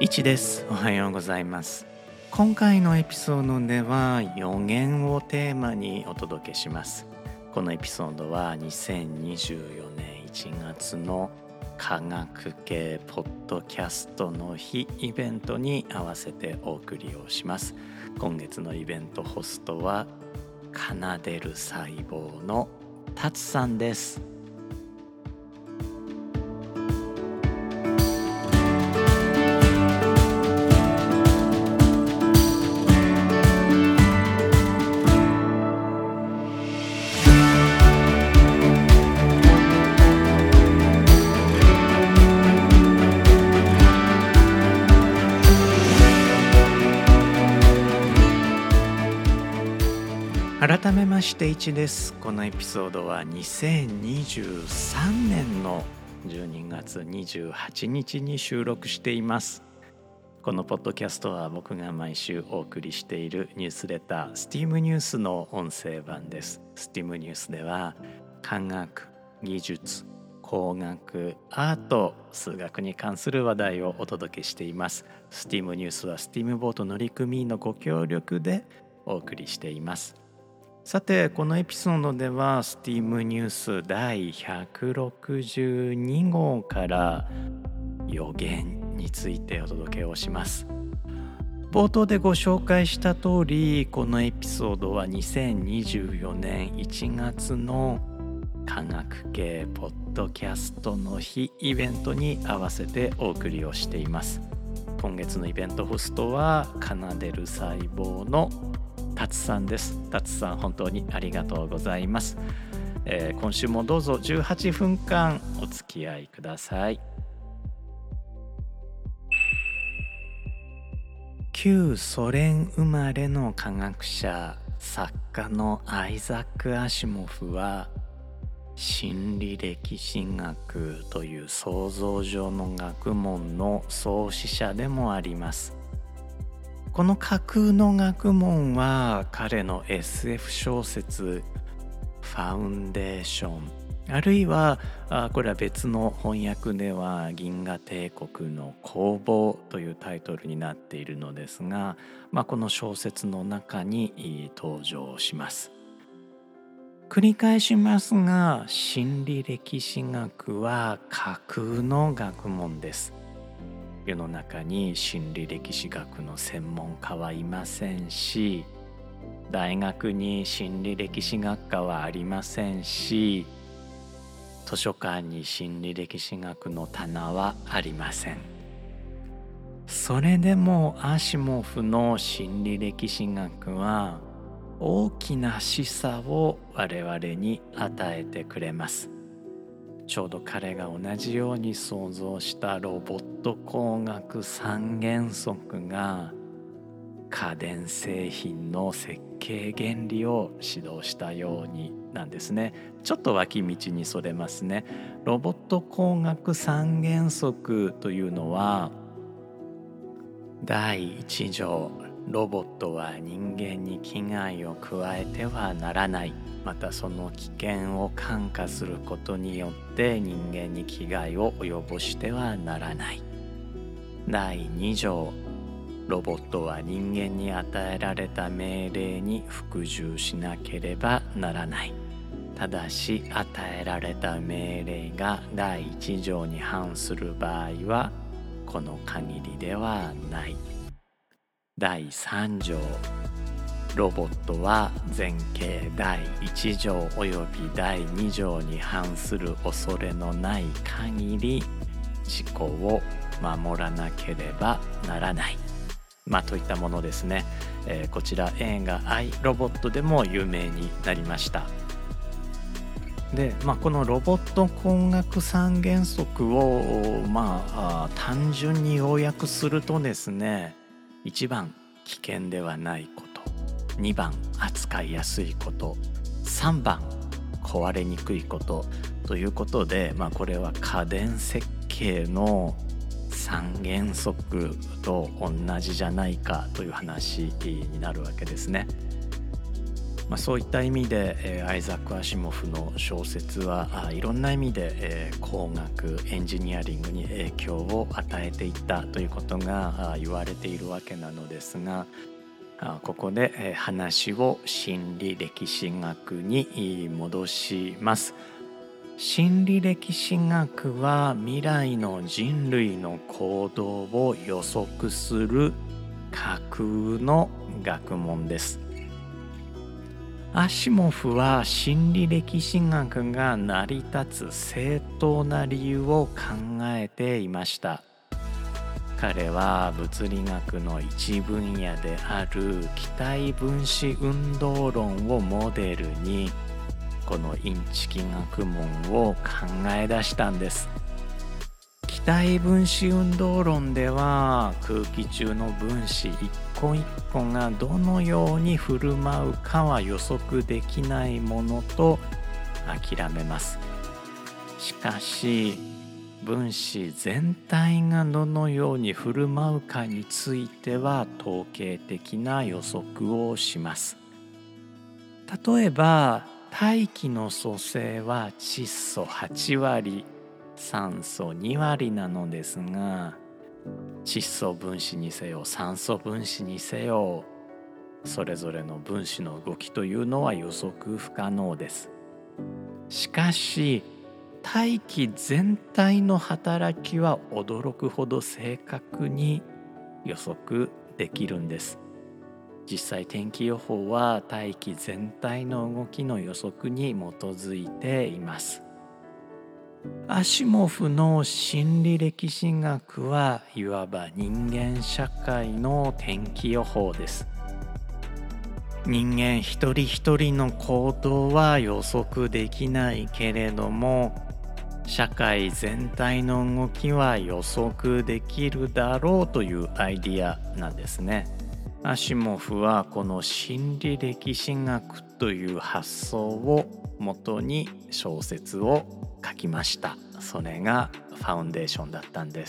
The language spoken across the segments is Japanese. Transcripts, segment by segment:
一です。おはようございます。今回のエピソードでは予言をテーマにお届けします。このエピソードは2024年1月の科学系ポッドキャストの日イベントに合わせてお送りをします。今月のイベントホストは奏でる細胞の達さんです。改めまして1です。このエピソードは2023年の12月28日に収録しています。このポッドキャストは僕が毎週お送りしているニュースレター STEAM ニュースの音声版です。 STEAM ニュースでは科学、技術、工学、アート、数学に関する話題をお届けしています。 STEAM ニュースは STEAM ボート乗組員のご協力でお送りしています。さて、このエピソードでは STEAM ニュース第162号から予言についてお届けをします。冒頭でご紹介した通り、このエピソードは2024年1月の科学系ポッドキャストの日イベントに合わせてお送りをしています。今月のイベントホストは奏でる細胞の達さんです。達さん、本当にありがとうございます。今週もどうぞ18分間お付き合いください。旧ソ連生まれの科学者、作家のアイザック・アシモフは心理歴史学という想像上の学問の創始者でもあります。この架空の学問は彼の SF 小説ファウンデーション、あるいはこれは別の翻訳では銀河帝国の攻防というタイトルになっているのですが、この小説の中に登場します。繰り返しますが、心理歴史学は架空の学問です。世の中に心理歴史学の専門家はいませんし、大学に心理歴史学科はありませんし、図書館に心理歴史学の棚はありません。それでもアシモフの心理歴史学は大きな示唆を我々に与えてくれます。ちょうど彼が同じように想像したロボット工学三原則が家電製品の設計原理を指導したようになんですね。ちょっと脇道にそれますね。ロボット工学三原則というのは、第一条、ロボットは人間に危害を加えてはならない、またその危険を看過することによって人間に危害を及ぼしてはならない。第2条、ロボットは人間に与えられた命令に服従しなければならない。ただし与えられた命令が第1条に反する場合はこの限りではない。第3条、ロボットは前形第1条及び第2条に反する恐れのない限り自己を守らなければならない。といったものですね。こちら映画アイ・ロボットでも有名になりました。で、このロボット工学三原則を単純に要約するとですね、1番危険ではないこと、2番扱いやすいこと、3番壊れにくいことということで、これは家電設計の三原則と同じじゃないかという話になるわけですね。 そういった意味で、アイザック・アシモフの小説はいろんな意味で、工学エンジニアリングに影響を与えていったということが言われているわけなのですが、ここで話を心理歴史学に戻します。心理歴史学は未来の人類の行動を予測する架空の学問です。アシモフは心理歴史学が成り立つ正当な理由を考えていました。彼は物理学の一分野である気体分子運動論をモデルに、このインチキ学問を考え出したんです。気体分子運動論では、空気中の分子一個一個がどのように振る舞うかは予測できないものと諦めます。しかし、分子全体がどのように振る舞うかについては統計的な予測をします。例えば、大気の組成は窒素8割、酸素2割なのですが、窒素分子にせよ酸素分子にせよ、それぞれの分子の動きというのは予測不可能です。しかし、大気全体の働きは驚くほど正確に予測できるんです。実際、天気予報は大気全体の動きの予測に基づいています。アシモフの心理歴史学はいわば人間社会の天気予報です。人間一人一人の行動は予測できないけれども、社会全体の動きは予測できるだろうというアイディアなんですね。アシモフはこの心理歴史学という発想をもとに小説を書きました。それがファウンデーションだったんです。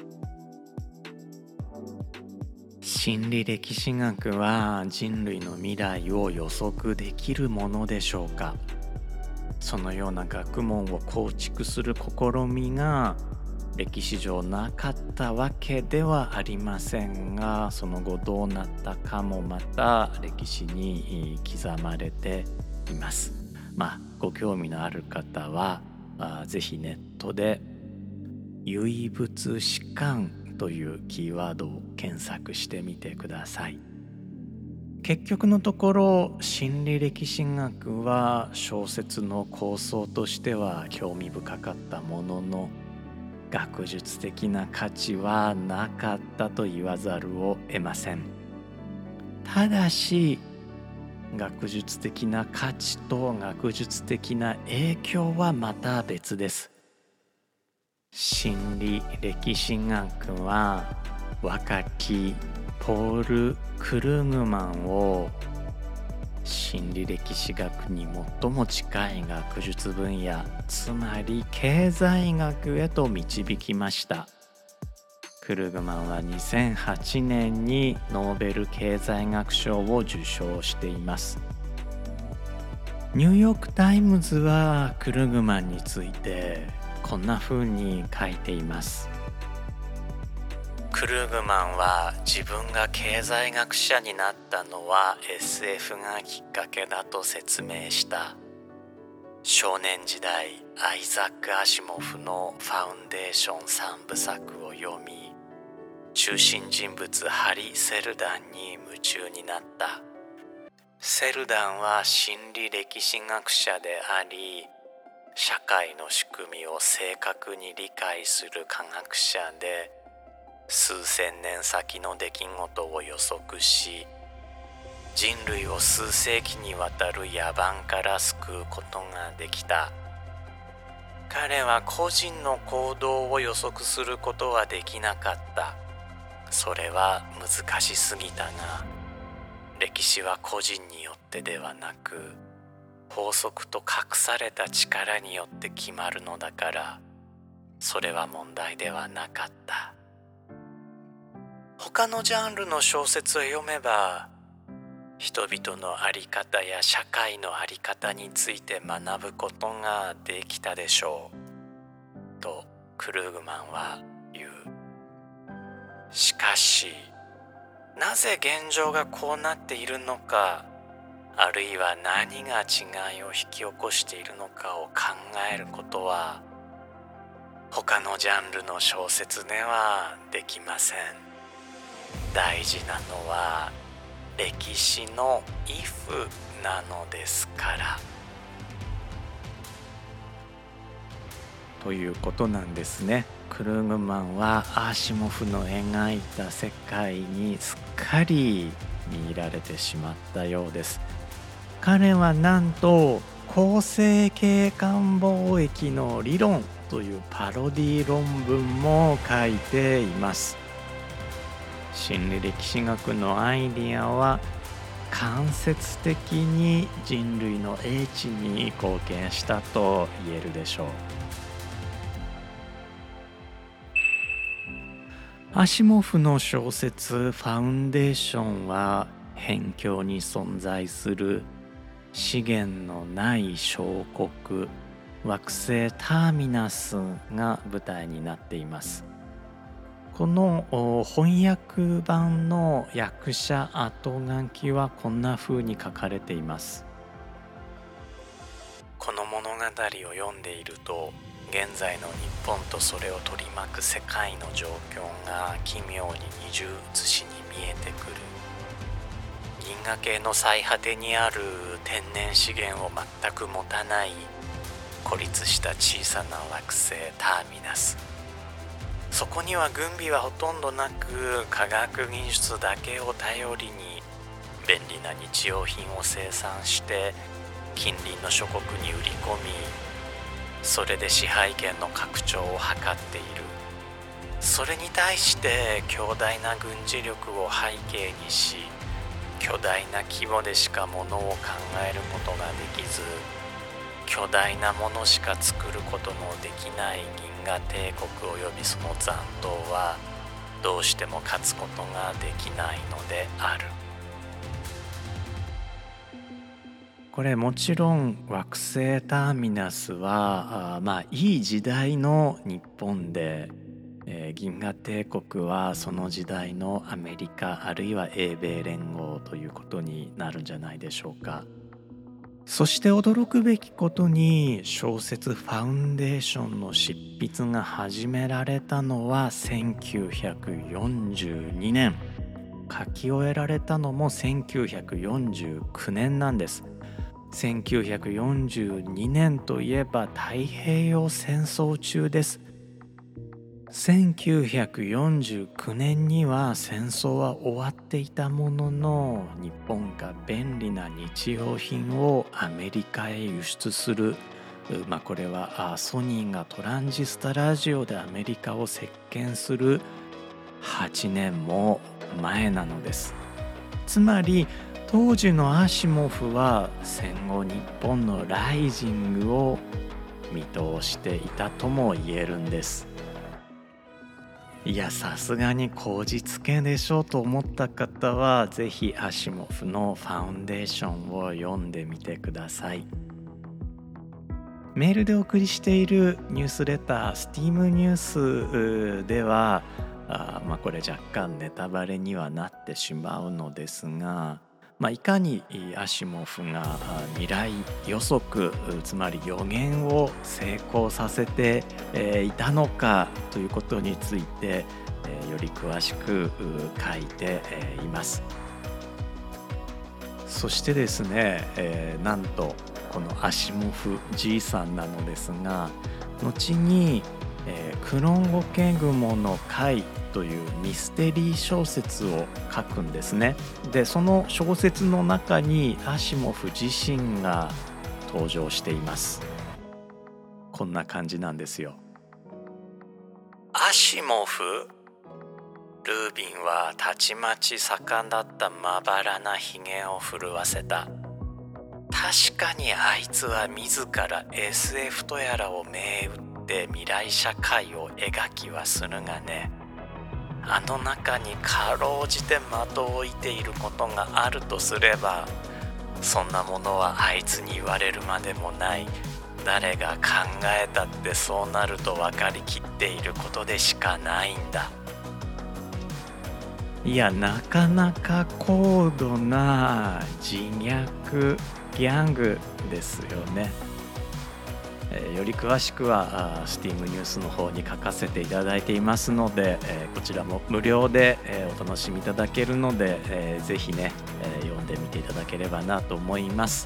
心理歴史学は人類の未来を予測できるものでしょうか。そのような学問を構築する試みが歴史上なかったわけではありませんが、その後どうなったかもまた歴史に刻まれています。ご興味のある方はぜひネットで唯物史観というキーワードを検索してみてください。結局のところ、心理歴史学は小説の構想としては興味深かったものの、学術的な価値はなかったと言わざるを得ません。ただし、学術的な価値と学術的な影響はまた別です。心理歴史学は若きポール・クルーグマンを心理歴史学に最も近い学術分野、つまり経済学へと導きました。クルーグマンは2008年にノーベル経済学賞を受賞しています。ニューヨークタイムズはクルーグマンについてこんな風に書いています。クルーグマンは自分が経済学者になったのは SF がきっかけだと説明した。少年時代、アイザック・アシモフのファウンデーション3部作を読み、中心人物ハリ・セルダンに夢中になった。セルダンは心理歴史学者であり、社会の仕組みを正確に理解する科学者で、数千年先の出来事を予測し、人類を数世紀にわたる野蛮から救うことができた。彼は個人の行動を予測することはできなかった。それは難しすぎたが、歴史は個人によってではなく、法則と隠された力によって決まるのだから、それは問題ではなかった。他のジャンルの小説を読めば、 人々の在り方や社会の在り方について学ぶことができたでしょうとクルーグマンは言う。しかし、なぜ現状がこうなっているのか、あるいは何が違いを引き起こしているのかを考えることは他のジャンルの小説ではできません。大事なのは歴史の if なのですから。ということなんですね。クルーグマンはアーシモフの描いた世界にすっかり見入られてしまったようです。彼はなんと公正景観貿易の理論というパロディ論文も書いています。心理歴史学のアイディアは間接的に人類の英知に貢献したと言えるでしょう。アシモフの小説「ファウンデーション」は辺境に存在する資源のない小国惑星ターミナスが舞台になっています。この翻訳版の訳者後書きはこんな風に書かれています。この物語を読んでいると現在の日本とそれを取り巻く世界の状況が奇妙に二重写しに見えてくる。銀河系の最果てにある天然資源を全く持たない孤立した小さな惑星ターミナス。そこには軍備はほとんどなく科学技術だけを頼りに便利な日用品を生産して近隣の諸国に売り込み、それで支配権の拡張を図っている。それに対して強大な軍事力を背景にし、巨大な規模でしかものを考えることができず、巨大なものしか作ることのできない銀河帝国およびその残党はどうしても勝つことができないのである。これもちろん惑星ターミナスはいい時代の日本で、銀河帝国はその時代のアメリカあるいは英米連合ということになるんじゃないでしょうか。そして驚くべきことに小説「ファウンデーション」の執筆が始められたのは1942年、書き終えられたのも1949年なんです。1942年といえば太平洋戦争中です。1949年には戦争は終わっていたものの、日本が便利な日用品をアメリカへ輸出する、これはソニーがトランジスタラジオでアメリカを席巻する8年も前なのです。つまり当時のアシモフは戦後日本のライジングを見通していたとも言えるんです。いや、さすがに口実系でしょうと思った方はぜひアシモフのファウンデーションを読んでみてください。メールでお送りしているニュースレタースティームニュースではこれ若干ネタバレにはなってしまうのですが、いかにアシモフが未来予測、つまり予言を成功させていたのかということについてより詳しく書いています。そしてですね、なんとこのアシモフじいさんなのですが、後にクロンゴケグモの会というミステリー小説を書くんですね。で、その小説の中にアシモフ自身が登場しています。こんな感じなんですよ。アシモフ？ルービンはたちまち盛んだったまばらなひげを震わせた。確かにあいつは自ら SF とやらを銘打って未来社会を描きはするがね、 あの中にかろうじて的を置いていることがあるとすれば、そんなものはあいつに言われるまでもない。誰が考えたってそうなると分かりきっていることでしかないんだ。いや、なかなか高度な自虐ギャングですよね。より詳しくはSteam ニュースの方に書かせていただいていますので、こちらも無料でお楽しみいただけるので、ぜひね、読んでみていただければなと思います。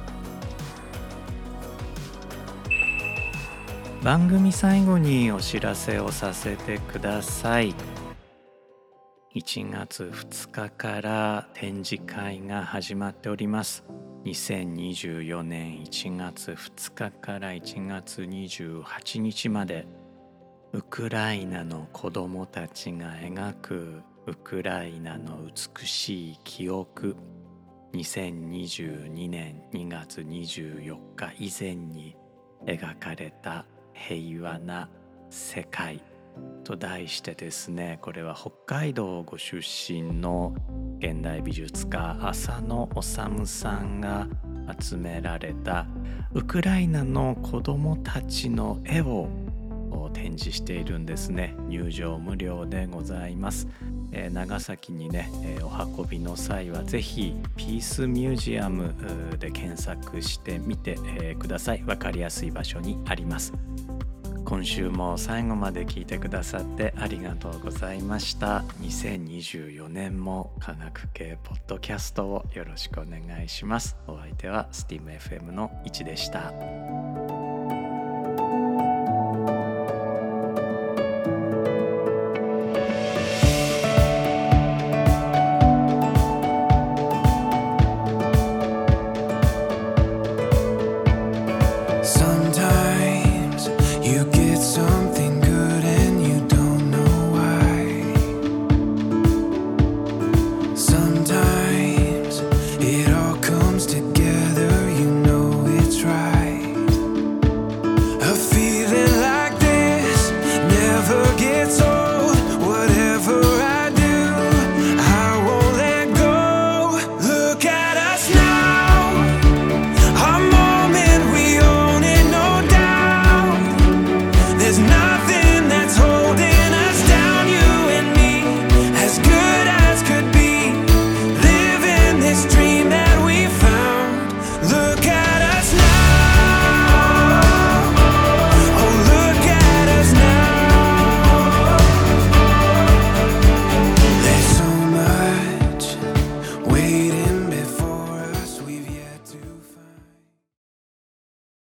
番組最後にお知らせをさせてください。1月2日から展示会が始まっております。2024年1月2日から1月28日まで、ウクライナの子どもたちが描くウクライナの美しい記憶、2022年2月24日以前に描かれた平和な世界と題してですね、これは北海道ご出身の現代美術家浅野修さんが集められたウクライナの子どもたちの絵を展示しているんですね。入場無料でございます。長崎にね、お運びの際はぜひピースミュージアムで検索してみてください。わかりやすい場所にあります。今週も最後まで聞いてくださってありがとうございました。2024年も科学系ポッドキャストをよろしくお願いします。お相手は STEAM FM のいちでした。